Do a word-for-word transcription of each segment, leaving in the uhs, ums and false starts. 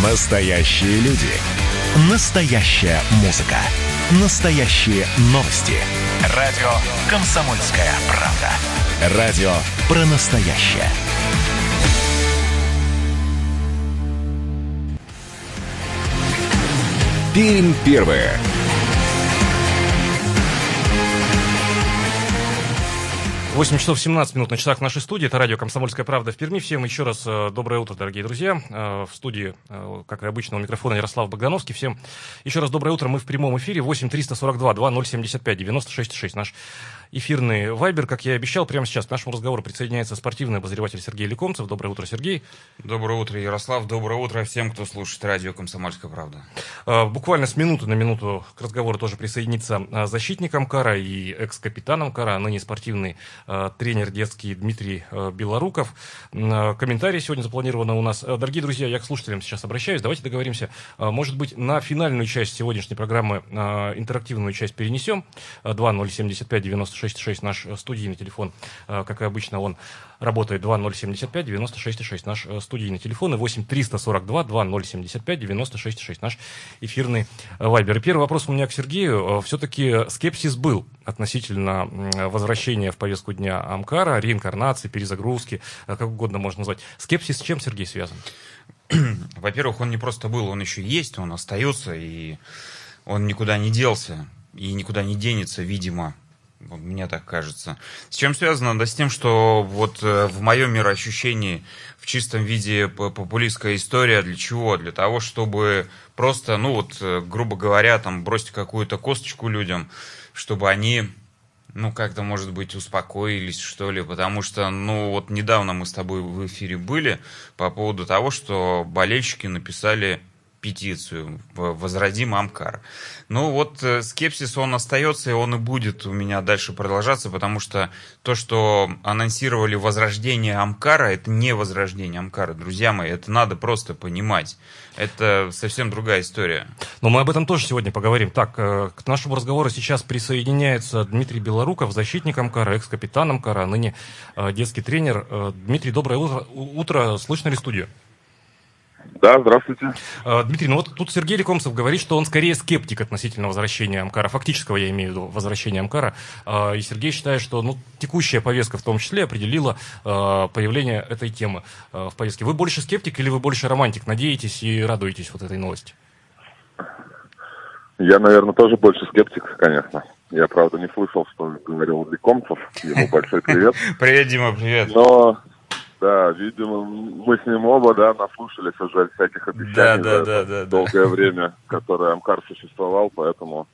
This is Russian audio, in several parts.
Настоящие люди. Настоящая музыка. Настоящие новости. Радио «Комсомольская правда». Радио про настоящее. Пермь первое. восемь часов семнадцать минут на часах в нашей студии. Это радио «Комсомольская правда» в Перми. Всем еще раз э, доброе утро, дорогие друзья. Э, в студии, э, как и обычно, у микрофона Ярослав Богдановский. Всем еще раз доброе утро. Мы в прямом эфире. восемь триста сорок два двадцать семьдесят пять девяносто шесть шесть. Наш эфирный вайбер. Как я и обещал, прямо сейчас к нашему разговору присоединяется спортивный обозреватель Сергей Лекомцев. Доброе утро, Сергей. Доброе утро, Ярослав. Доброе утро всем, кто слушает радио «Комсомольская правда». Э, буквально с минуты на минуту к разговору тоже присоединится э, защитник Амкара и экс-капитан Амкара, ныне спортивный э, тренер детский Дмитрий э, Белоруков. Э, комментарии сегодня запланированы у нас. Э, дорогие друзья, я к слушателям сейчас обращаюсь. Давайте договоримся. Э, может быть, на финальную часть сегодняшней программы э, интерактивную часть перенесем. Э, два ноль семьдесят пять девяносто шесть шесть наш студийный телефон. Э, как и обычно, он работает. Два ноль семьдесят пять девяносто шесть шесть наш э, студийный телефон. И восемь триста сорок два двадцать семьдесят пять девяносто шесть шесть наш эфирный э, вайбер. И первый вопрос у меня к Сергею. Э, все-таки скепсис был относительно э, возвращения в повестку дня Амкара, реинкарнации, перезагрузки, как угодно можно назвать. Скепсис с чем, Сергей, связан? Во-первых, он не просто был, он еще есть, он остается, и он никуда не делся, и никуда не денется, видимо. Вот мне так кажется. С чем связано? Да с тем, что вот в моем мироощущении в чистом виде популистская история для чего? Для того, чтобы просто, ну вот, грубо говоря, там бросить какую-то косточку людям, чтобы они... Ну, как-то, может быть, успокоились, что ли, потому что, ну, вот недавно мы с тобой в эфире были по поводу того, что болельщики написали петицию «Возродим Амкар». Ну, вот скепсис, он остается, и он и будет у меня дальше продолжаться, потому что то, что анонсировали возрождение Амкара, это не возрождение Амкара, друзья мои, это надо просто понимать. Это совсем другая история. Но мы об этом тоже сегодня поговорим. Так, к нашему разговору сейчас присоединяется Дмитрий Белоруков, защитник Амкара, экс-капитан Амкара, ныне детский тренер. Дмитрий, доброе утро. Утро. Слышно ли студию? Да, здравствуйте. Дмитрий, ну вот тут Сергей Лекомцев говорит, что он скорее скептик относительно возвращения Амкара, фактического, я имею в виду, возвращения Амкара. И Сергей считает, что ну, текущая повестка в том числе определила появление этой темы в повестке. Вы больше скептик или вы больше романтик? Надеетесь и радуетесь вот этой новости? Я, наверное, тоже больше скептик, конечно. Я, правда, не слышал, что говорил Лекомцев. Ему большой привет. Привет, Дима, привет. Но... Да, видимо, мы с ним оба, да, наслушались уже всяких обещаний да, за да, это да, да, долгое да. время, которое Амкар существовал, поэтому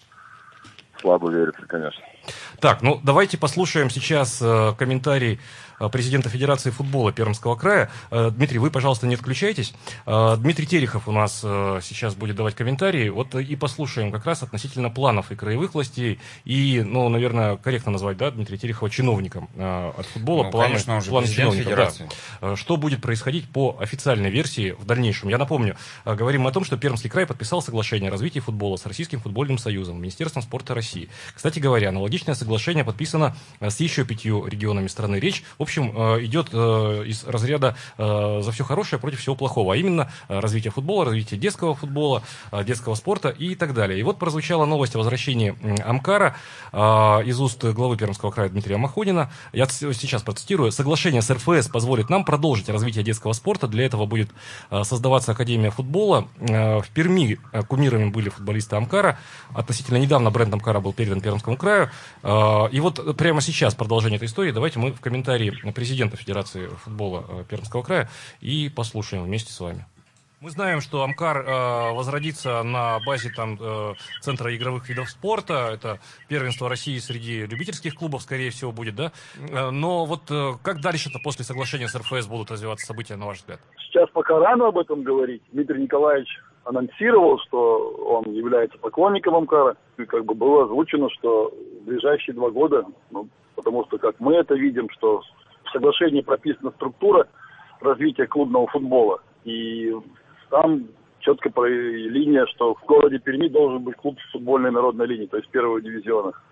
слабо верится, конечно. Так, ну давайте послушаем сейчас э, комментарий э, президента Федерации футбола Пермского края. Э, Дмитрий, вы, пожалуйста, не отключайтесь. Э, Дмитрий Терехов у нас э, сейчас будет давать комментарии. Вот и послушаем как раз относительно планов и краевых властей, и, ну, наверное, корректно назвать, да, Дмитрия Терехова чиновником э, от футбола. Ну, планы, конечно, уже планы президент чиновников, Федерации. Да. Что будет происходить по официальной версии в дальнейшем? Я напомню, э, говорим о том, что Пермский край подписал соглашение о развитии футбола с Российским футбольным союзом, Министерством спорта России. Кстати говоря, аналогичное соглашение подписано с еще пятью регионами страны. Речь, в общем, идет из разряда «за все хорошее против всего плохого», а именно развитие футбола, развитие детского футбола, детского спорта и так далее. И вот прозвучала новость о возвращении Амкара из уст главы Пермского края Дмитрия Махонина. Я сейчас процитирую. «Соглашение с эр эф эс позволит нам продолжить развитие детского спорта. Для этого будет создаваться Академия футбола. В Перми кумирами были футболисты Амкара. Относительно недавно бренд Амкара был передан Пермскому краю. И вот прямо сейчас продолжение этой истории. Давайте мы в комментарии президента Федерации футбола Пермского края и послушаем вместе с вами. Мы знаем, что Амкар э, возродится на базе там, э, Центра игровых видов спорта. Это первенство России среди любительских клубов, скорее всего, будет, да? Э, но вот э, как дальше-то после соглашения с эр эф эс будут развиваться события, на ваш взгляд? Сейчас пока рано об этом говорить. Дмитрий Николаевич анонсировал, что он является поклонником Амкара. И как бы было озвучено, что в ближайшие два года, ну, потому что, как мы это видим, что в соглашении прописана структура развития клубного футбола. И там четко линия, что в городе Перми должен быть клуб футбольной народной линии, то есть первого дивизиона.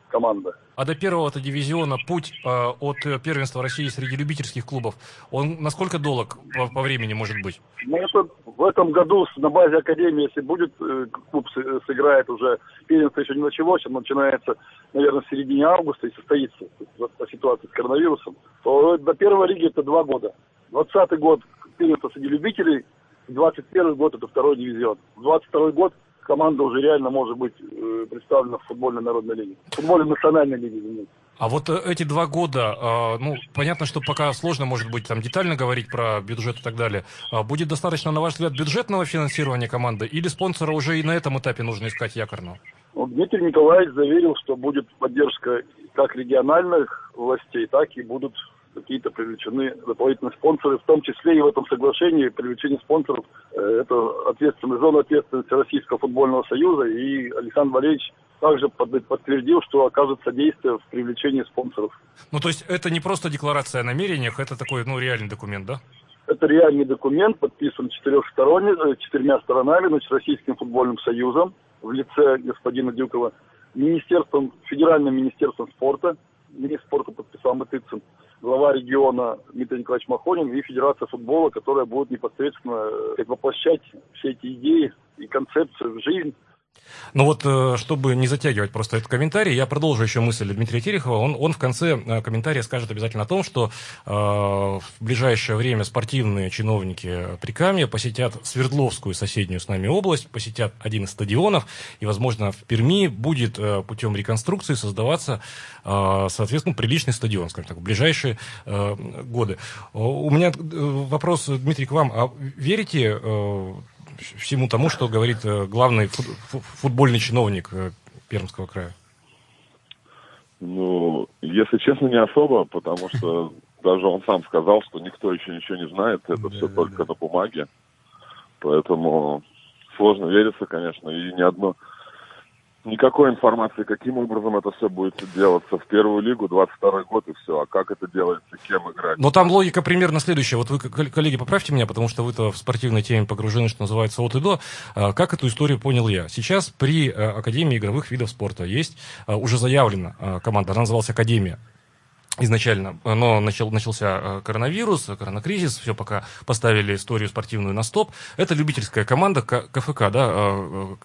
команда. А до первого-то дивизиона путь э, от первенства России среди любительских клубов, он насколько долг по, по времени может быть? Ну, это в этом году на базе Академии, если будет, э, клуб с, сыграет уже, первенство еще не началось, оно начинается, наверное, в середине августа и состоится по ситуации с коронавирусом, то до первой лиги это два года. двадцатый год первенство среди любителей, двадцать первый год это второй дивизион. двадцать второй год команда уже реально может быть э, представлена в футбольной народной лиге. В футбольной национальной лиге, извините. А вот эти два года, э, ну, понятно, что пока сложно, может быть, там детально говорить про бюджет и так далее. А будет достаточно, на ваш взгляд, бюджетного финансирования команды или спонсора уже и на этом этапе нужно искать якорного? Ну, Дмитрий Николаевич заверил, что будет поддержка как региональных властей, так и будут какие-то привлечены дополнительные спонсоры, в том числе и в этом соглашении привлечение спонсоров. Это ответственная зона ответственности Российского футбольного союза, и Александр Валерьевич также подтвердил, что окажет содействие в привлечении спонсоров. Ну, то есть это не просто декларация о намерениях, это такой, ну, реальный документ, да? Это реальный документ, подписан четырехсторонне, четырьмя сторонами, значит, Российским футбольным союзом в лице господина Дюкова, Министерством, Федеральным министерством спорта, министр спорта подписал Мытыцын, глава региона Дмитрий Николаевич Махонин и Федерация футбола, которая будет непосредственно как, воплощать все эти идеи и концепции в жизнь. Ну вот, чтобы не затягивать просто этот комментарий, я продолжу еще мысль Дмитрия Терехова. Он, он в конце комментария скажет обязательно о том, что э, в ближайшее время спортивные чиновники Прикамья посетят Свердловскую, соседнюю с нами область, посетят один из стадионов, и, возможно, в Перми будет э, путем реконструкции создаваться, э, соответственно, приличный стадион, скажем так, в ближайшие э, годы. У меня вопрос, Дмитрий, к вам. А верите э, всему тому, что говорит главный футбольный чиновник Пермского края? Ну, если честно, не особо, потому что даже он сам сказал, что никто еще ничего не знает, это да, все да, только да. на бумаге. Поэтому сложно вериться, конечно, и ни одно... Никакой информации, каким образом это все будет делаться в первую лигу, двадцать второй год и все. А как это делается, кем играть? Но там логика примерно следующая. Вот вы, коллеги, поправьте меня, потому что вы-то в спортивной теме погружены, что называется, от и до. Как эту историю понял я? Сейчас при Академии игровых видов спорта есть уже заявлена команда, она называлась «Академия». Изначально, но начал, начался коронавирус, коронакризис, все, пока поставили историю спортивную на стоп. Это любительская команда КФК, да,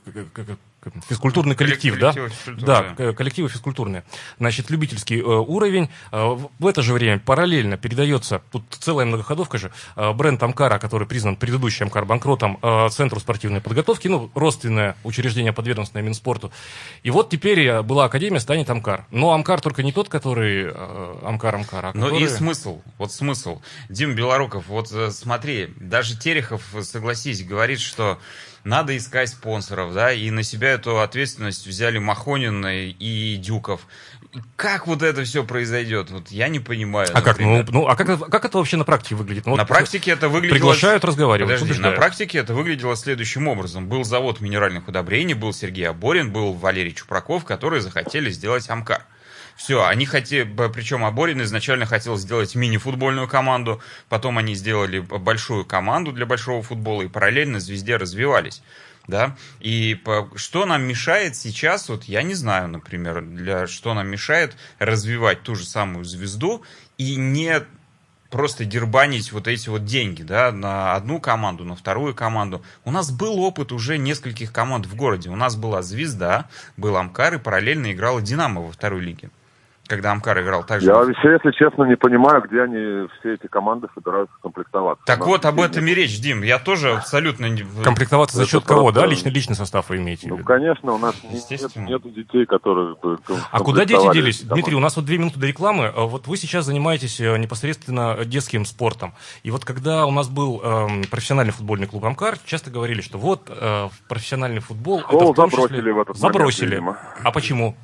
физкультурный коллектив, коллектив да? Да, коллективы физкультурные. Значит, любительский э, уровень. Э, в это же время параллельно передается, тут целая многоходовка же, э, бренд Амкара, который признан предыдущим Амкар банкротом, э, Центру спортивной подготовки, ну, родственное учреждение подведомственное Минспорту. И вот теперь была Академия, станет Амкар. Но Амкар только не тот, который э, Амкар Амкар, а который... Ну и смысл, вот смысл. Дим Белоруков, вот смотри, даже Терехов, согласись, говорит, что надо искать спонсоров, да, и на себя эту ответственность взяли Махонин и Дюков. Как вот это все произойдет? Вот я не понимаю. А как, ну, ну, а как, как это вообще на практике выглядит? Ну, на вот практике это выглядело... Приглашают разговаривать. Подожди, на практике это выглядело следующим образом. Был завод минеральных удобрений, был Сергей Аборин, был Валерий Чупраков, которые захотели сделать Амкар. Все, они хотели, причем Аборин изначально хотел сделать мини-футбольную команду, потом они сделали большую команду для большого футбола и параллельно «Звезде» развивались. Да? И по, что нам мешает сейчас, вот я не знаю, например, для, что нам мешает развивать ту же самую «Звезду» и не просто дербанить вот эти вот деньги, да, на одну команду, на вторую команду. У нас был опыт уже нескольких команд в городе. У нас была «Звезда», был Амкар и параллельно играла «Динамо» во второй лиге. Когда Амкар играл так же. Я вообще, если честно, не понимаю, где они, все эти команды, собираются комплектоваться. Так вот, об этом и речь, Дим. Я тоже абсолютно... не Комплектоваться за счет кого, да? Личный, личный состав вы имеете в виду? Ну, конечно, у нас нет, нету детей, которые... А куда дети делись? Дмитрий, у нас вот две минуты до рекламы. Вот вы сейчас занимаетесь непосредственно детским спортом. И вот когда у нас был э, профессиональный футбольный клуб Амкар, часто говорили, что вот э, профессиональный футбол... Школу это в том забросили числе... в этот Забросили. момент, А почему?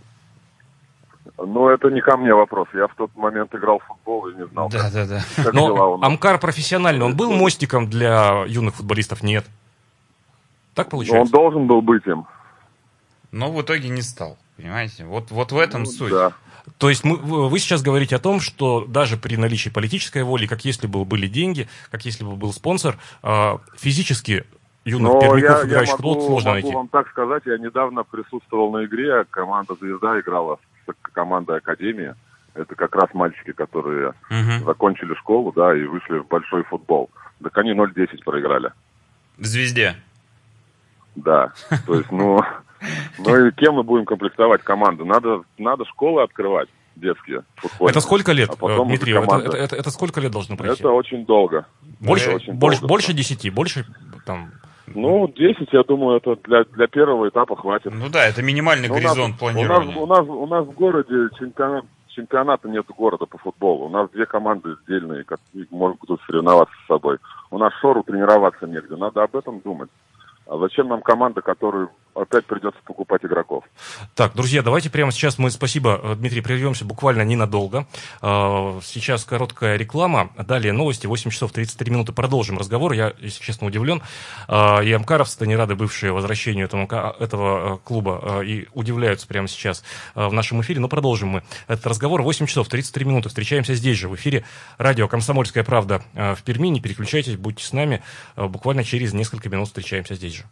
Ну, это не ко мне вопрос. Я в тот момент играл в футбол и не знал, да, как, да, да. как Но дела у нас. Амкар профессиональный, он был мостиком для юных футболистов? Нет. Так получается? Он должен был быть им. Но в итоге не стал, понимаете? Вот, вот в этом Ну, суть. Да. То есть мы, вы сейчас говорите о том, что даже при наличии политической воли, как если бы были деньги, как если бы был спонсор, физически юных Но пермяков, я, играющих я в футбол, могу, сложно могу найти. вам так сказать, я недавно присутствовал на игре, команда «Звезда» играла с командой Академии. Это как раз мальчики, которые Угу. закончили школу, да, и вышли в большой футбол. Так они ноль десять проиграли. В «Звезде». Да, то есть, ну, ну и кем мы будем комплектовать команду? Надо, надо школы открывать, детские, футбольные. Это сколько лет, А потом уже Дмитрий? Это, команда. это, это, это сколько лет должно пройти? Это очень долго. Больше, Это очень больше, долго. больше десяти? Больше там... Ну, десять, я думаю, это для, для первого этапа хватит. Ну да, это минимальный Ну, горизонт у нас, планирования. У нас, у, нас, у нас в городе чемпионат, чемпионата нет города по футболу. У нас две команды отдельные, которые могут тут соревноваться с собой. У нас Шору тренироваться негде. Надо об этом думать. А зачем нам команда, которую опять придется покупать игроков? Так, друзья, давайте прямо сейчас мы, спасибо, Дмитрий, прервемся буквально ненадолго. Сейчас короткая реклама, далее новости, восемь часов тридцать три минуты, продолжим разговор. Я, если честно, удивлен. И амкаровцы-то не рады бывшие возвращению этого, этого клуба и удивляются прямо сейчас в нашем эфире, но продолжим мы этот разговор. восемь часов тридцать три минуты, встречаемся здесь же, в эфире радио «Комсомольская правда» в Перми. Не переключайтесь, будьте с нами, буквально через несколько минут встречаемся здесь же.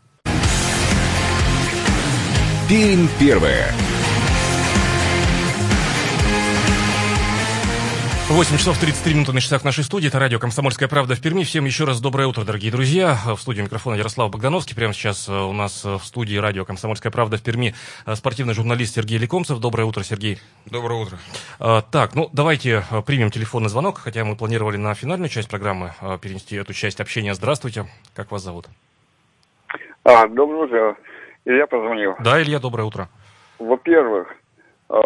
Пермь первая. восемь часов тридцать три минуты на часах нашей студии. Это радио «Комсомольская правда» в Перми. Всем еще раз доброе утро, дорогие друзья. В студии микрофона Ярослав Богдановский. Прямо сейчас у нас в студии радио «Комсомольская правда» в Перми спортивный журналист Сергей Лекомцев. Доброе утро, Сергей. Доброе утро. А, так, ну давайте примем телефонный звонок, хотя мы планировали на финальную часть программы перенести эту часть общения. Здравствуйте. Как вас зовут? А, доброе утро. Илья позвонил. Да, Илья, доброе утро. Во-первых, э,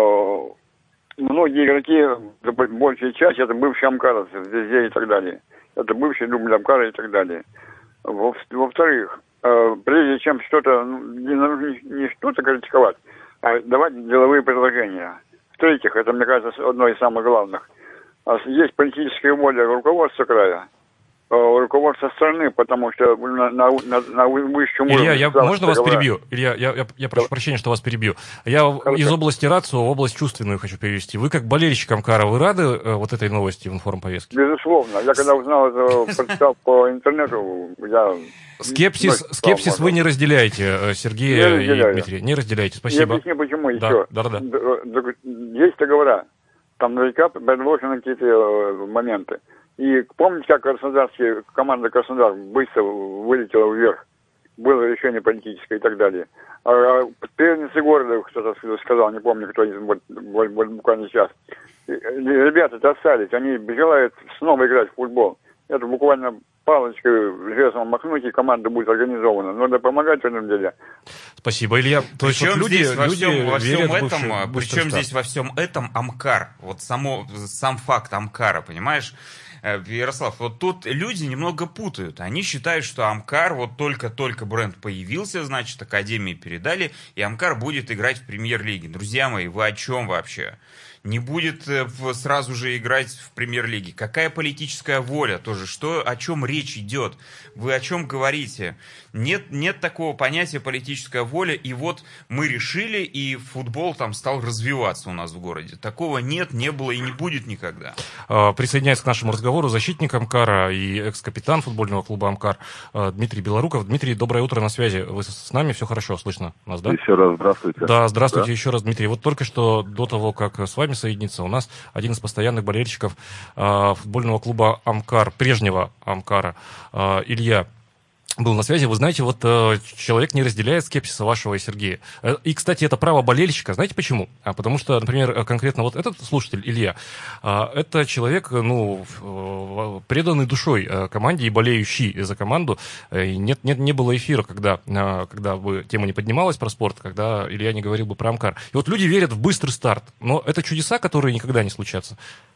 многие игроки, большая часть, это бывшие амкаровцы, везде и так далее. Это бывшие дубль амкара и так далее. Во- во-вторых, э, прежде чем что-то, ну, не, не, не что-то критиковать, а давать деловые предложения. В-третьих, это, мне кажется, одно из самых главных. Есть политическая воля руководства края, руководство страны, потому что на, на, на, на высшем уровне... Илья, я, можно вас говоря, перебью? Илья, я, я, я прошу прощения, что вас перебью. Я Хорошо. из области РАЦИО в область чувственную хочу перевести. Вы как болельщик амкара, вы рады э, вот этой новости в информповестке? Безусловно. Я когда узнал это, прочитал по интернету, я... Скепсис, ну, скепсис вы не разделяете, э, Сергей Не и разделяю. Дмитрий. Не разделяете, Я спасибо. объясню, почему Да, еще. да, да. Есть договора, там наверняка предложены какие-то э, моменты. И помните, как краснодарские, команда Краснодар быстро вылетела вверх? Было решение политическое и так далее. А первенцы города, кто-то сказал, не помню, кто из буквально сейчас. Ребята-то остались, они желают снова играть в футбол. Это буквально палочкой железом махнуть, и команда будет организована. Надо помогать в этом деле. Спасибо, Илья. То есть вот люди, здесь во люди всем, во всем верят в этом, бывший- бывший причем старт. здесь во всем этом амкар, вот само, сам факт амкара, понимаешь? Э, Ярослав, вот тут люди немного путают. Они считают, что амкар, вот только-только бренд появился, значит, академии передали, и амкар будет играть в премьер-лиге. Друзья мои, вы о чем вообще? Не будет э, в- сразу же играть в премьер-лиге. Какая политическая воля тоже? Что, о чем речь идет? Вы о чем говорите? Нет, нет такого понятия политическая воля, и вот мы решили, и футбол там стал развиваться у нас в городе. Такого нет, не было и не будет никогда. А, Присоединяясь к нашему разговору, защитник амкара и экс-капитан футбольного клуба амкар а, Дмитрий Белоруков. Дмитрий, доброе утро, на связи. Вы с- с нами? Все хорошо слышно у нас, да? Еще раз здравствуйте. Да, здравствуйте Да? еще раз, Дмитрий. Вот только что до того, как с вами соединиться, у нас один из постоянных болельщиков а, футбольного клуба амкар, прежнего амкара, а, Илья, был на связи. Вы знаете, вот э, человек не разделяет скепсиса вашего и Сергея. Э, И, кстати, это право болельщика. Знаете почему? А потому что, например, э, конкретно вот этот слушатель, Илья, э, это человек, ну, э, преданный душой э, команде и болеющий за команду. Э, и нет, нет, не было эфира, когда, э, когда бы тема не поднималась про спорт, когда Илья не говорил бы про амкар. И вот люди верят в быстрый старт. Но это чудеса, которые никогда не случатся.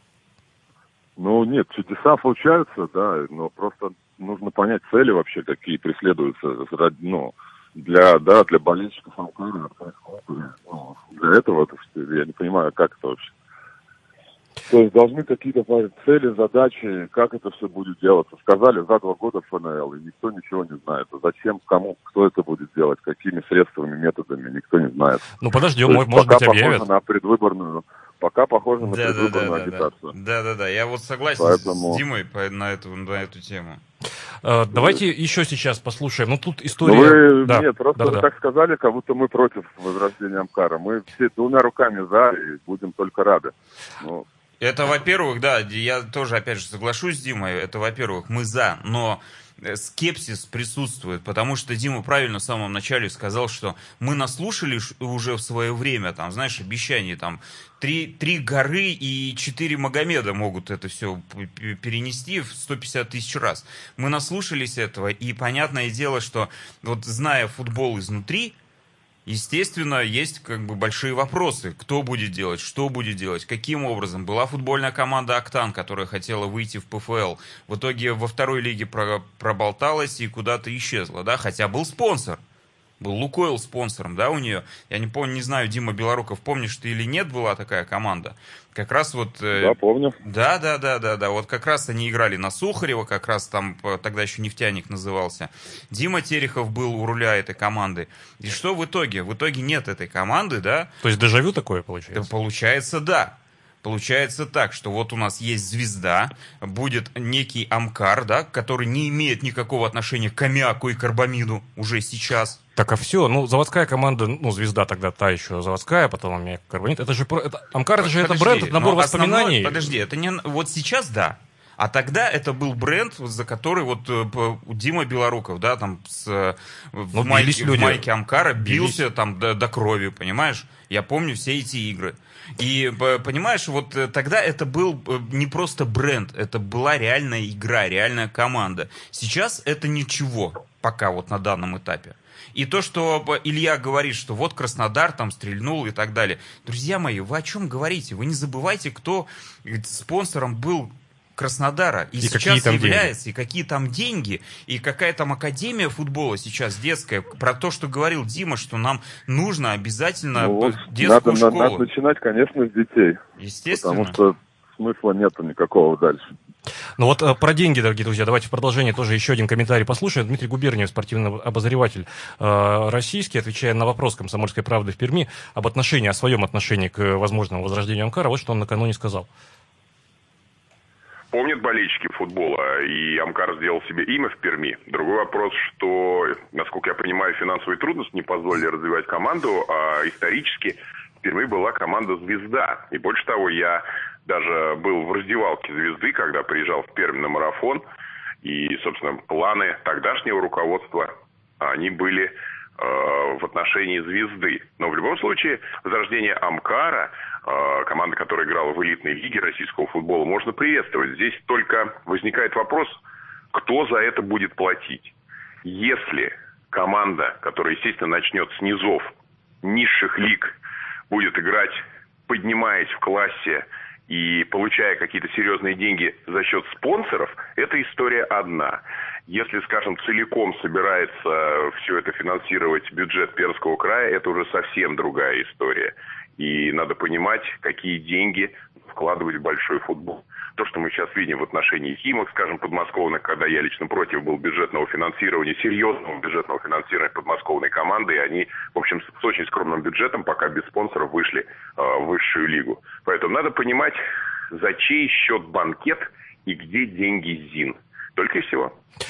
Ну, нет, чудеса случаются, да, но просто нужно понять цели вообще, какие преследуются, ради- ну, для, да, для болельщиков амкара. Ну, для этого, это что, я не понимаю, как это вообще. То есть должны какие-то цели, задачи, как это все будет делаться. Сказали за два года ФНЛ, и никто ничего не знает. А зачем, кому, кто это будет делать, какими средствами, методами, никто не знает. Ну, подождем, То может есть быть, пока объявят. похоже на предвыборную, пока похоже на Да, да, предвыборную да, да, агитацию. Да, да, да. Я вот согласен Поэтому... с Димой по, на, эту, на эту тему. Uh, давайте еще сейчас послушаем. Ну, тут история... Ну, вы, да. нет, просто да, вы да. так сказали, как будто мы против возрождения Амкара. Мы все двумя руками за и будем только рады. Ну... Это, во-первых, да, я тоже, опять же, соглашусь с Димой, это, во-первых, мы за, но скепсис присутствует, потому что Дима правильно в самом начале сказал, что мы наслушали уже в свое время, там, знаешь, обещаний, там, три, три горы и четыре Магомеда могут это все перенести в сто пятьдесят тысяч раз. Мы наслушались этого, и понятное дело, что вот зная футбол изнутри, естественно, есть как бы большие вопросы. Кто будет делать, что будет делать, каким образом. Была футбольная команда «Октан», которая хотела выйти в ПФЛ. В итоге во второй лиге проболталась и куда-то исчезла, да, хотя был спонсор. Был Лукойл спонсором, да, у нее. Я не помню, не знаю, Дима Белоруков, помнишь ты или нет, была такая команда. Как раз вот... Да, помню. Да, да, да, да, да. Вот как раз они играли на Сухарева, как раз там тогда еще «Нефтяник» назывался. Дима Терехов был у руля этой команды. И что в итоге? В итоге нет этой команды, да? То есть дежавю такое получается? Да, получается, да. Получается так, что вот у нас есть звезда, будет некий Амкар, да, который не имеет никакого отношения к аммиаку и карбамиду уже сейчас. Так, а все, ну, заводская команда, ну, звезда тогда та еще заводская, потом аммиак, карбамид. Это же, это, Амкар, это же это бренд, это набор воспоминаний. Основной, подожди, это не, вот сейчас да. А тогда это был бренд, за который вот Дима Белоруков, да, там с, в, майке, в майке Амкара бился бились. Там до, до крови, понимаешь? Я помню все эти игры. И, понимаешь, вот тогда это был не просто бренд, это была реальная игра, реальная команда. Сейчас это ничего, пока вот на данном этапе. И то, что Илья говорит, что вот Краснодар там стрельнул и так далее. Друзья мои, вы о чем говорите? Вы не забывайте, кто спонсором был Краснодара и, и сейчас является, деньги. И какие там деньги, и какая там академия футбола сейчас детская. Про то, что говорил Дима, что нам нужно обязательно ну, детскую надо, школу. Надо начинать, конечно, с детей. Естественно. Потому что смысла нету никакого дальше. Ну вот про деньги, дорогие друзья, давайте в продолжение тоже еще один комментарий послушаем. Дмитрий Губерниев, спортивный обозреватель э, российский, отвечая на вопрос «Комсомольской правды» в Перми об отношении, о своем отношении к возможному возрождению Амкара, вот что он накануне сказал. Помнят болельщики футбола, и Амкар сделал себе имя в Перми. Другой вопрос, что, насколько я понимаю, финансовые трудности не позволили развивать команду, а исторически в Перми была команда «Звезда». И больше того, я даже был в раздевалке «Звезды», когда приезжал в Пермь на марафон, и, собственно, планы тогдашнего руководства, они были э, в отношении «Звезды». Но в любом случае, возрождение Амкара, команда, которая играла в элитной лиге российского футбола, можно приветствовать. Здесь только возникает вопрос, кто за это будет платить. Если команда, которая, естественно, начнет с низов низших лиг, будет играть, поднимаясь в классе и получая какие-то серьезные деньги за счет спонсоров, эта история одна. Если, скажем, целиком собирается все это финансировать бюджет Пермского края, это уже совсем другая история. И надо понимать, какие деньги вкладывать в большой футбол. То, что мы сейчас видим в отношении Химок, скажем, подмосковных, когда я лично против был бюджетного финансирования, серьезного бюджетного финансирования подмосковной команды, и они, в общем, с очень скромным бюджетом, пока без спонсоров, вышли э, в высшую лигу. Поэтому надо понимать, за чей счет банкет и где деньги ЗИН. Только и всего.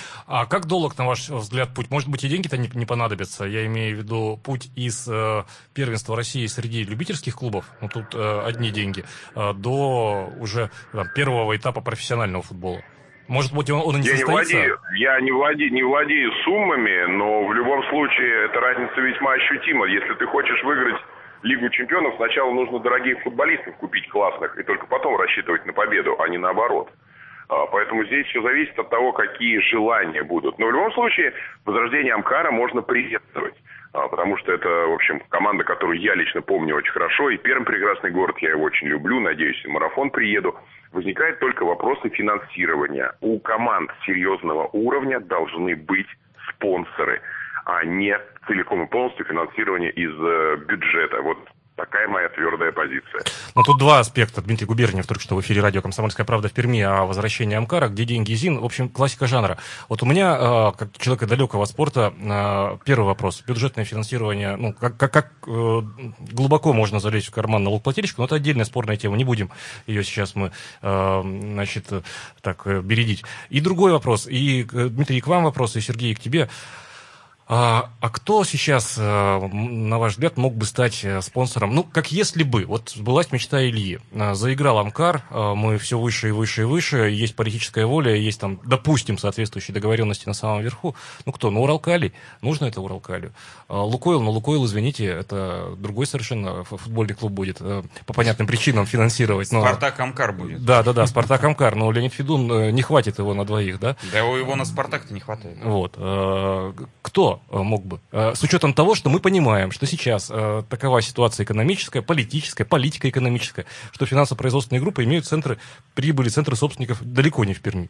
А как долг, на ваш взгляд, путь? Может быть, и деньги-то не, не понадобятся? Я имею в виду путь из э, первенства России среди любительских клубов, ну тут э, одни деньги, э, до уже там, первого этапа профессионального футбола. Может быть, он, он и не я состоится? Не владею, я не владею, не владею суммами, но в любом случае эта разница весьма ощутима. Если ты хочешь выиграть Лигу чемпионов, сначала нужно дорогих футболистов купить классных, и только потом рассчитывать на победу, а не наоборот. Поэтому здесь все зависит от того, какие желания будут. Но в любом случае, возрождение Амкара можно приветствовать. Потому что это, в общем, команда, которую я лично помню очень хорошо. И Пермь прекрасный город, я его очень люблю. Надеюсь, в марафон приеду. Возникают только вопросы финансирования. У команд серьезного уровня должны быть спонсоры, а не целиком и полностью финансирование из бюджета. Вот Такая моя твердая позиция. Но тут два аспекта. Дмитрий Губерниев только что в эфире радио «Комсомольская правда» в Перми о возвращении Амкара, где деньги ЗИН. В общем, классика жанра. Вот у меня, как человека далекого от спорта, первый вопрос. Бюджетное финансирование, ну, как, как, как глубоко можно залезть в карман налогоплательщика, но это отдельная спорная тема. Не будем ее сейчас мы, значит, так, бередить. И другой вопрос. И, Дмитрий, и к вам вопрос, и Сергей, и к тебе. А, а кто сейчас, на ваш взгляд, мог бы стать спонсором? Ну, как если бы, вот сбылась мечта Ильи. Заиграл Амкар, мы все выше и выше и выше, есть политическая воля, есть там, допустим, соответствующие договоренности на самом верху. Ну, кто? Ну, Уралкалий. Нужно это Уралкалию. Лукойл, но Лукойл, извините, это другой совершенно футбольный клуб будет по понятным причинам финансировать. Но... Спартак Амкар будет. Да, да, да, Спартак Амкар, но Леонид Федун, не хватит его на двоих, да? Да его на Спартак-то не хватает. Вот. Кто мог бы? С учетом того, что мы понимаем, что сейчас такова ситуация экономическая, политическая, политико-экономическая, что финансово-производственные группы имеют центры прибыли, центры собственников далеко не в Перми.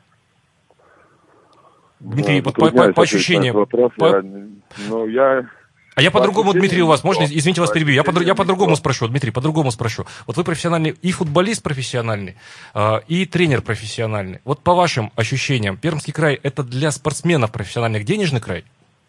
Дмитрий, да, по, по, по ощущениям... Вопрос, по... я, ну, я... А я по-другому, Дмитрий, у вас, можно, никто. извините, вас перебью, я, по, я по-другому никто. спрошу, Дмитрий, по-другому спрошу. Вот вы профессиональный, и футболист профессиональный, и тренер профессиональный. Вот по вашим ощущениям, Пермский край – это для спортсменов профессиональных денежный край?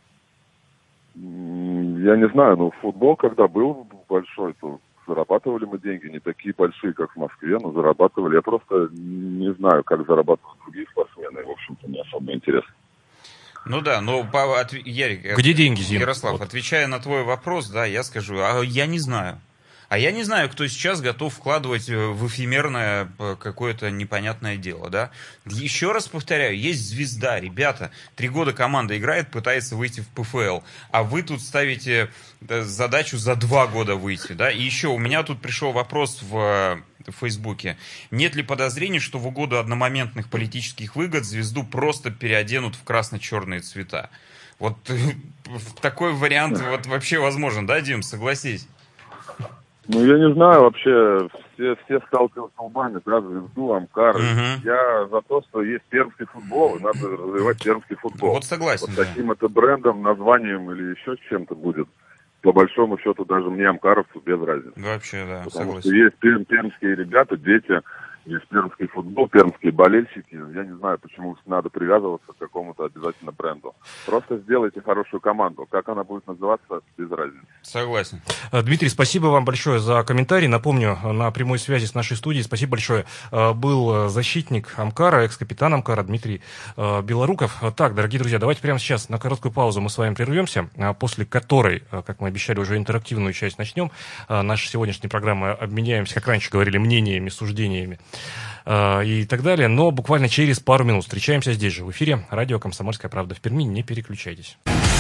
Я не знаю, но футбол, когда был большой, то зарабатывали мы деньги, не такие большие, как в Москве, но зарабатывали. Я просто не знаю, как зарабатывают другие спортсмены, в общем-то, не особо интересно. Ну да, но по, от, Ярик, где деньги, Зин? Ярослав, вот. Отвечая на твой вопрос, да, я скажу, а я не знаю. А я не знаю, кто сейчас готов вкладывать в эфемерное какое-то непонятное дело, да. Еще раз повторяю, есть звезда, ребята. Три года команда играет, пытается выйти в ПФЛ, а вы тут ставите задачу за два года выйти, да. И еще у меня тут пришел вопрос в, в Фейсбуке. Нет ли подозрений, что в угоду одномоментных политических выгод звезду просто переоденут в красно-черные цвета? Вот такой вариант вот вообще возможен, да, Дим, согласись? Ну, я не знаю, вообще, все, все сталкиваются лбами, да, звезду, Амкар. Угу. Я за то, что есть пермский футбол, и надо развивать пермский футбол. Вот согласен, вот да. таким это брендом, названием или еще чем-то будет. По большому счету, даже мне, амкаровцу, без разницы. Вообще, да, Потому согласен. что есть перм, пермские ребята, дети, есть пермский футбол, пермские болельщики. Я не знаю, почему надо привязываться к какому-то обязательно бренду. Просто сделайте хорошую команду. Как она будет называться, без разницы. Согласен. Дмитрий, спасибо вам большое за комментарий. Напомню, на прямой связи с нашей студией, спасибо большое, был защитник Амкара, экс-капитан Амкара Дмитрий Белоруков. Так, дорогие друзья, давайте прямо сейчас на короткую паузу мы с вами прервемся, после которой, как мы обещали, уже интерактивную часть начнем. Наша сегодняшняя программа обменяемся, как раньше говорили, мнениями, суждениями и так далее. Но буквально через пару минут встречаемся здесь же, в эфире радио «Комсомольская правда» в Перми. Не переключайтесь.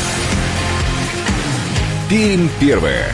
Пермь первая.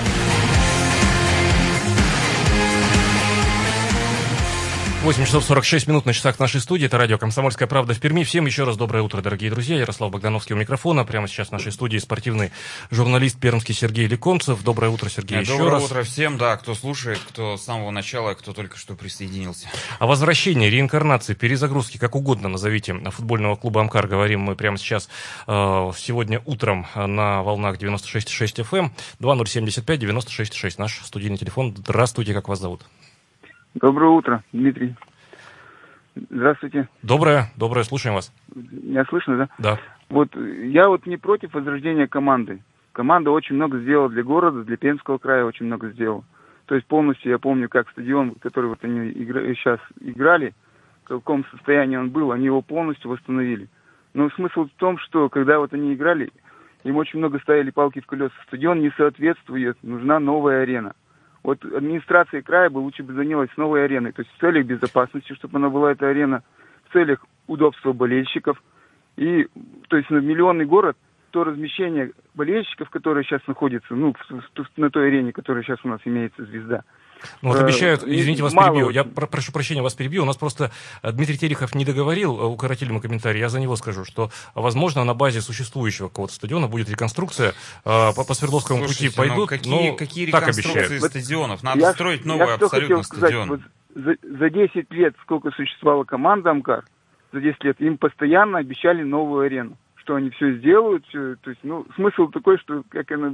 восемь часов сорок шесть минут на часах нашей студии. Это радио «Комсомольская правда» в Перми. Всем еще раз доброе утро, дорогие друзья. Ярослав Богдановский у микрофона. Прямо сейчас в нашей студии спортивный журналист пермский Сергей Леконцев. Доброе утро, Сергей, еще доброе раз. Доброе утро всем, да, кто слушает, кто с самого начала, кто только что присоединился. О возвращении, реинкарнации, перезагрузке, как угодно назовите, футбольного клуба «Амкар» говорим мы прямо сейчас, э, сегодня утром на волнах девяносто шесть и шесть эф эм, два ноль семь пять девяносто шесть и шесть. Наш студийный телефон. Здравствуйте, как вас зовут? Доброе утро, Дмитрий. Здравствуйте. Доброе, доброе, слушаем вас. Меня слышно, да? Да. Вот я вот не против возрождения команды. Команда очень много сделала для города, для Пермского края очень много сделала. То есть полностью я помню, как стадион, который вот они игра... сейчас играли, в каком состоянии он был, они его полностью восстановили. Но смысл в том, что когда вот они играли, им очень много ставили палки в колеса. Стадион не соответствует, нужна новая арена. Вот администрация края бы лучше бы занялась новой ареной, то есть в целях безопасности, чтобы она была, эта арена, в целях удобства болельщиков. И, то есть, на миллионный город, то размещение болельщиков, которые сейчас находятся, ну, в, в, на той арене, которая сейчас у нас имеется, «Звезда». Ну, вот обещают, извините, вас Мало перебью, очень. я про- прошу прощения, вас перебью, у нас просто Дмитрий Терехов не договорил, укоротили мы комментарий, я за него скажу, что, возможно, на базе существующего какого-то стадиона будет реконструкция, э, по, по Свердловскому Слушайте, пути пойдут, ну какие, но какие так реконструкции обещают. стадионов? Надо я, строить новый я абсолютно сказать, стадион. Вот за, за десять лет, сколько существовала команда «Амкар», за десять лет, им постоянно обещали новую арену, что они все сделают, все, то есть, ну, смысл такой, что как она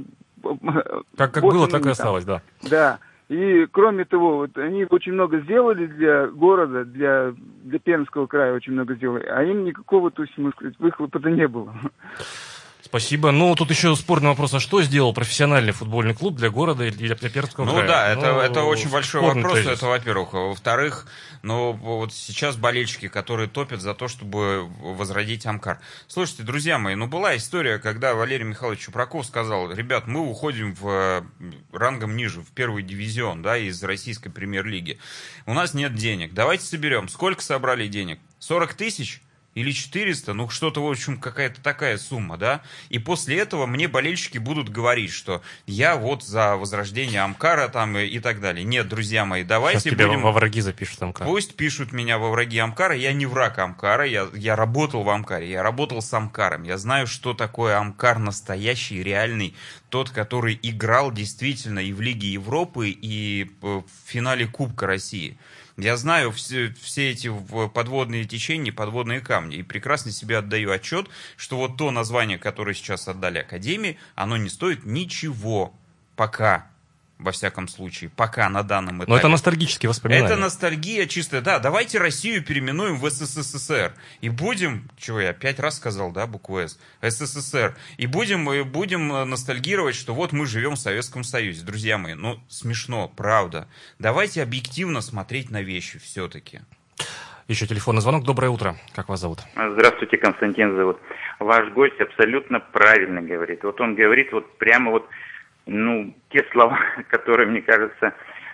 Как, как было, так и осталось, да. Да. И, кроме того, вот они очень много сделали для города, для, для Пермского края очень много сделали, а им никакого, то есть, можно сказать, выхлопа-то не было. Спасибо. Ну, тут еще спорный вопрос, а что сделал профессиональный футбольный клуб для города и для, для Пермского ну, края? Да, ну это, это очень большой вопрос, тезис. это во-первых. Во-вторых, ну, вот сейчас болельщики, которые топят за то, чтобы возродить Амкар. Слушайте, друзья мои, ну, была история, когда Валерий Михайлович Чупраков сказал, ребят, мы уходим в рангом ниже, в первый дивизион, да, из российской премьер-лиги. У нас нет денег, давайте соберем. Сколько собрали денег? сорок тысяч? Или четыреста, ну что-то, в общем, какая-то такая сумма, да? И после этого мне болельщики будут говорить, что я вот за возрождение Амкара там и, и так далее. Нет, друзья мои, давайте Сейчас тебя будем... во враги запишут Амкар. Пусть пишут меня во враги Амкара, я не враг Амкара, я, я работал в Амкаре, я работал с Амкаром, я знаю, что такое Амкар настоящий, реальный, тот, который играл действительно и в Лиге Европы, и в финале Кубка России. Я знаю все, все эти подводные течения, подводные камни, и прекрасно себе отдаю отчет, что вот то название, которое сейчас отдали Академии, оно не стоит ничего пока. Во всяком случае, пока на данном этапе. Но это ностальгические воспоминания. Это ностальгия чистая. Да, давайте Россию переименуем в СССР. И будем, чего я пять раз сказал, да, букву С, СССР. И будем, и будем ностальгировать, что вот мы живем в Советском Союзе. Друзья мои, ну, смешно, правда. Давайте объективно смотреть на вещи все-таки. Еще телефонный звонок. Доброе утро. Как вас зовут? Здравствуйте, Константин зовут. Ваш гость абсолютно правильно говорит. Вот он говорит вот прямо вот, ну, те слова, которые, мне кажется,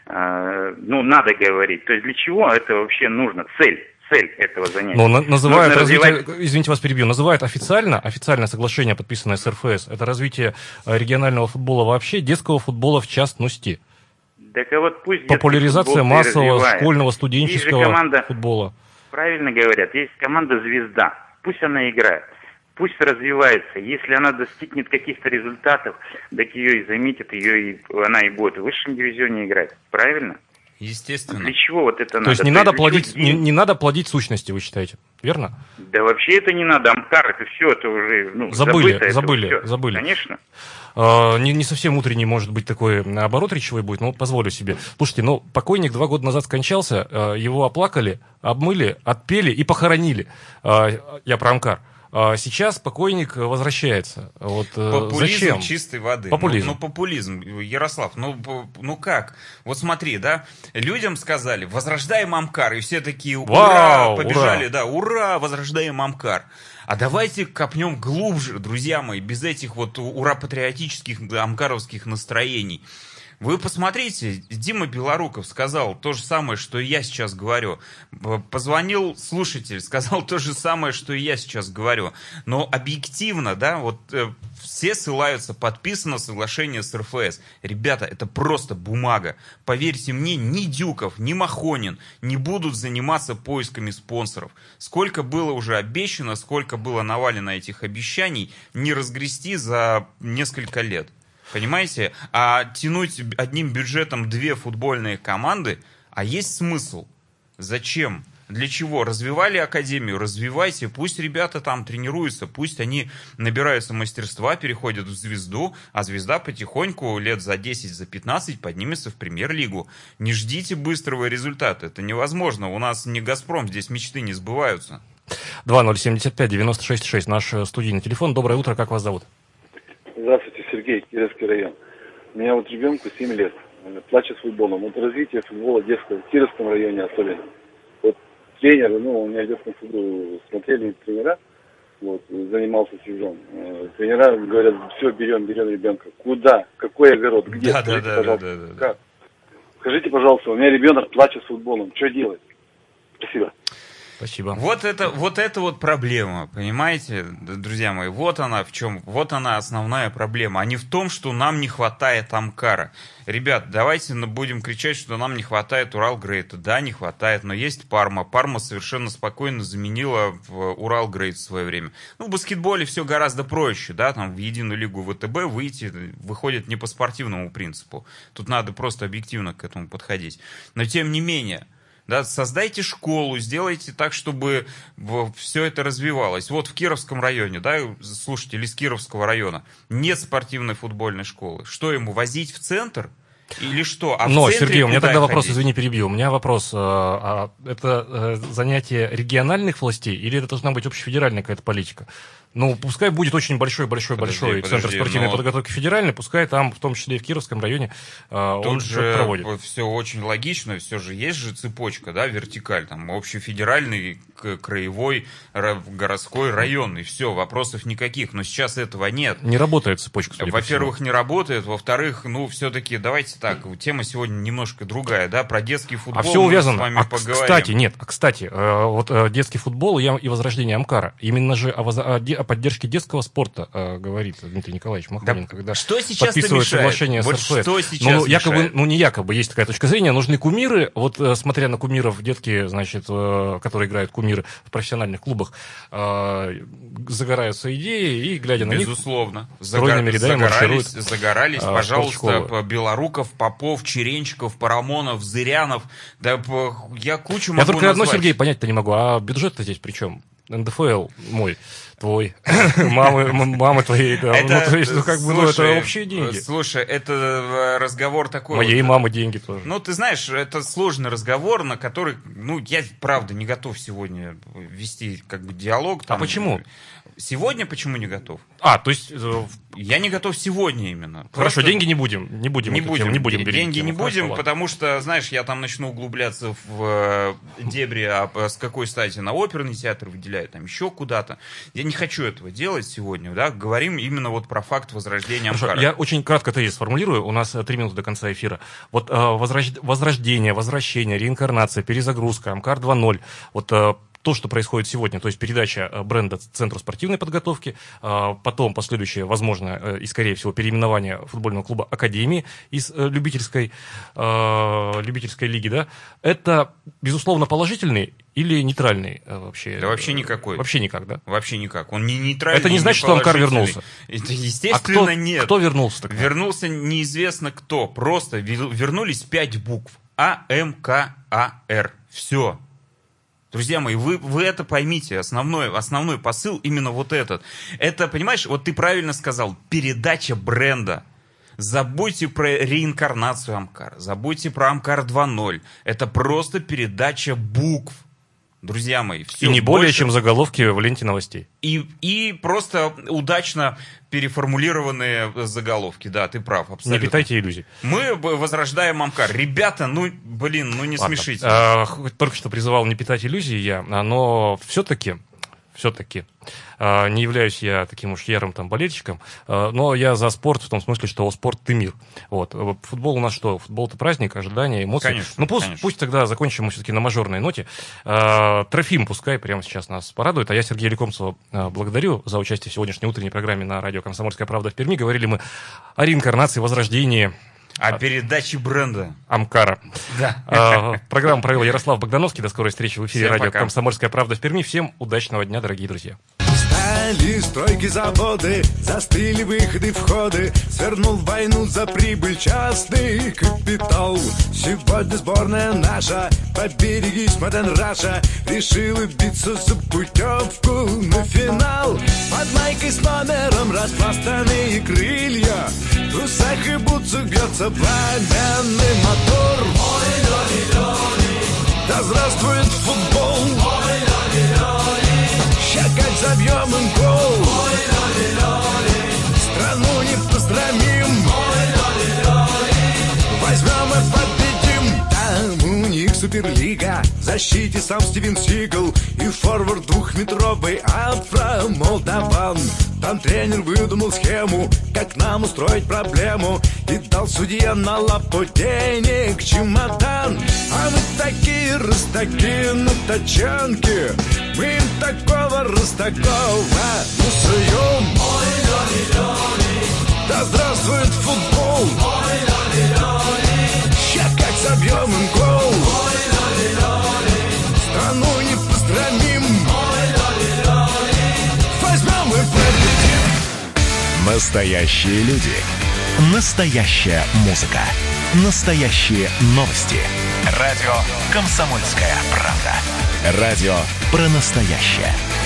э, ну, надо говорить. То есть для чего это вообще нужно? Цель, цель этого занятия. Но на, называют Нужно развитие, развивать... извините, вас перебью, называют официально, официальное соглашение, подписанное с эр эф эс, это развитие регионального футбола вообще, детского футбола в частности. Так а вот пусть популяризация массового школьного студенческого команда, футбола. Правильно говорят, есть команда «Звезда», пусть она играет. Пусть развивается. Если она достигнет каких-то результатов, так ее и заметят, ее и, она и будет в высшем дивизионе играть. Правильно? Естественно. Для чего вот это То надо? есть не, То надо есть плодить, не, не, не надо плодить сущности, вы считаете? Верно? Да вообще это не надо. Амкар, это все, это уже ну, забыли, забыто. забыли, это забыли. Конечно. Uh, не, не совсем утренний, может быть, такой оборот речевой будет, но вот позволю себе. Слушайте, ну, покойник два года назад скончался, uh, его оплакали, обмыли, отпели и похоронили. Uh, я про Амкар. А сейчас покойник возвращается. Вот, популизм зачем? Чистой воды. Популизм. Ну, ну, популизм, Ярослав, ну, ну как? Вот смотри, да, людям сказали, возрождаем Амкар, и все такие, ура, Вау, побежали, ура. да, ура, возрождаем Амкар. А давайте копнем глубже, друзья мои, без этих вот ура-патриотических амкаровских настроений. Вы посмотрите, Дима Белоруков сказал то же самое, что и я сейчас говорю. Позвонил слушатель, сказал то же самое, что и я сейчас говорю. Но объективно, да, вот э, все ссылаются, подписано соглашение с эр эф эс. Ребята, это просто бумага. Поверьте мне, ни Дюков, ни Махонин не будут заниматься поисками спонсоров. Сколько было уже обещано, сколько было навалено этих обещаний, не разгрести за несколько лет. Понимаете? А тянуть одним бюджетом две футбольные команды, а есть смысл? Зачем? Для чего? Развивали академию? Развивайте. Пусть ребята там тренируются, пусть они набираются мастерства, переходят в «Звезду», а «Звезда» потихоньку лет за десять, за пятнадцать поднимется в премьер-лигу. Не ждите быстрого результата. Это невозможно. У нас не «Газпром», здесь мечты не сбываются. два ноль семь пять девять шесть шесть, наш студийный телефон. Доброе утро, как вас зовут? Здравствуйте, Сергей, Кировский район. У меня вот ребенку семь лет, плачет с футболом. Вот развитие футбола детского в Кировском районе особенно. Вот тренер, ну, у меня в детском саду смотрели тренера, вот, занимался сезон. Тренера говорят, все, берем, берем ребенка. Куда? Какой огород? Где? Да, Скажите, да, да, пожалуйста, да, да, да. как? Скажите, пожалуйста, у меня ребенок плачет с футболом. Что делать? Спасибо. Спасибо. Вот это, вот это вот проблема, понимаете, друзья мои, вот она в чем, вот она основная проблема, а не в том, что нам не хватает Амкара. Ребят, давайте будем кричать, что нам не хватает Уралгрейта. Да, не хватает, но есть Парма. Парма совершенно спокойно заменила в Уралгрейт в свое время. Ну, в баскетболе все гораздо проще, да, там в единую лигу вэ тэ бэ выйти выходит не по спортивному принципу. Тут надо просто объективно к этому подходить. Но тем не менее, Да, создайте школу, сделайте так, чтобы все это развивалось. Вот в Кировском районе, да, слушайте, из Кировского района нет спортивной футбольной школы. Что ему, возить в центр? Или что? А Но, в центре Сергей, у меня тогда ходить? вопрос, извини, перебью. У меня вопрос. А это занятие региональных властей или это должна быть общефедеральная какая-то политика? Ну, пускай будет очень большой-большой-большой центр спортивной но... подготовки федеральной, пускай там, в том числе и в Кировском районе, Тут он же проводит. Все очень логично, все же есть же цепочка, да, вертикаль, там, общефедеральный, краевой, городской, районный, все, вопросов никаких, но сейчас этого нет. Не работает цепочка, Во-первых, не работает, во-вторых, ну, все-таки, давайте так, тема сегодня немножко другая, да, про детский футбол а все увязано. мы с вами а, поговорим. Кстати, нет, кстати, вот детский футбол и возрождение Амкара, именно же о, воз... о поддержке детского спорта э, говорит Дмитрий Николаевич Махонин, да, когда что сейчас подписывает соглашение вот с эр эф. Что сейчас ну, якобы, мешает? ну, не якобы, есть такая точка зрения, нужны кумиры, вот э, смотря на кумиров, детки, значит, э, которые играют кумиры в профессиональных клубах, э, загораются идеи, и, глядя на Безусловно. них, стройными рядами маршируют. Загорались, э, пожалуйста, Белоруков, Попов, Черенчиков, Парамонов, Зырянов, да, я кучу могу Я только назвать. одно, Сергей, понять-то не могу, а бюджет-то здесь при чем? эн дэ эф эл мой, твой, мамы, мамы твоей, да, это, ну, то есть, ну, как бы, слушай, ну, это общие деньги. Слушай, это разговор такой... Моей вот, мамы деньги тоже. Ну, ты знаешь, это сложный разговор, на который, ну, я, правда, не готов сегодня вести, как бы, диалог. Там, а почему? Сегодня почему не готов? А, то есть... Я не готов сегодня именно. Хорошо, Просто... деньги не будем. Не будем. Не будем, тему, не будем деньги не будем, Хорошо, потому что, знаешь, я там начну углубляться в дебри, а с какой стати на оперный театр выделяют, там еще куда-то. Я не хочу этого делать сегодня, да, говорим именно вот про факт возрождения Амкара. Хорошо, я очень кратко тезис сформулирую, у нас три минуты до конца эфира. Вот возрождение, возвращение, реинкарнация, перезагрузка, Амкар два ноль, вот то, что происходит сегодня, то есть передача бренда Центру спортивной подготовки, потом последующее, возможно, и, скорее всего, переименование футбольного клуба «Академии» из любительской, любительской лиги, да, это, безусловно, положительный или нейтральный вообще? Да вообще никакой. Вообще никак, да? Вообще никак. Он не нейтральный. Это не значит, что Амкар вернулся. Это, естественно, а кто, нет. Кто вернулся тогда? Вернулся неизвестно кто. Просто вернулись пять букв. А М К А Р. Все. Друзья мои, вы, вы это поймите, основной, основной посыл именно вот этот. Это, понимаешь, вот ты правильно сказал, передача бренда. Забудьте про реинкарнацию Амкара, забудьте про Амкар два ноль. Это просто передача букв. Друзья мои, все. И не более, больше... чем заголовки в ленте новостей. И, и просто удачно переформулированные заголовки. Да, ты прав, абсолютно. Не питайте иллюзий. Мы возрождаем Амкар. Ребята, ну, блин, ну не Ладно. смешите. А, только что призывал не питать иллюзии я, но все-таки... все-таки. Не являюсь я таким уж ярым там болельщиком, но я за спорт в том смысле, что спорт — ты мир. Вот. Футбол у нас что? Футбол — это праздник, ожидания, эмоции. Конечно, ну пусть, конечно. пусть тогда закончим мы все-таки на мажорной ноте. Трофим пускай прямо сейчас нас порадует. А я Сергея Лекомцева благодарю за участие в сегодняшней утренней программе на радио «Комсомольская правда» в Перми. Говорили мы о реинкарнации, возрождении О передаче бренда Амкара. Да. А, программу провел Ярослав Богдановский. До скорой встречи в эфире Всем радио пока. «Комсомольская правда» в Перми. Всем удачного дня, дорогие друзья. Стали стройки, заводы, застыли выходы, входы. Свернул в войну за прибыль частный капитал. Сегодня сборная наша, поберегись, Маден Раша, решила биться за путевку на финал. Под майкой с номером распластанные крылья, в трусах и бутсах бьется пламенный мотор. Да здравствует футбол! Щекать забьем им гол. Страну не поздравим. Возьмем и победим. Там у них Суперлига, в защите сам Стивен Сигал и форвард двухметровый Афро Молдаван. Там тренер выдумал схему, как нам устроить проблему, и дал судье на лапу денег чемодан. А мы такие раз такие на тачанке, мы им такого раз такого насуем. Да здравствует футбол! Ща как забьем им гол. Страну не поздравим. Возьмем и победим. Настоящие люди. Настоящая музыка. Настоящие новости. Радио «Комсомольская правда». Радио про настоящее.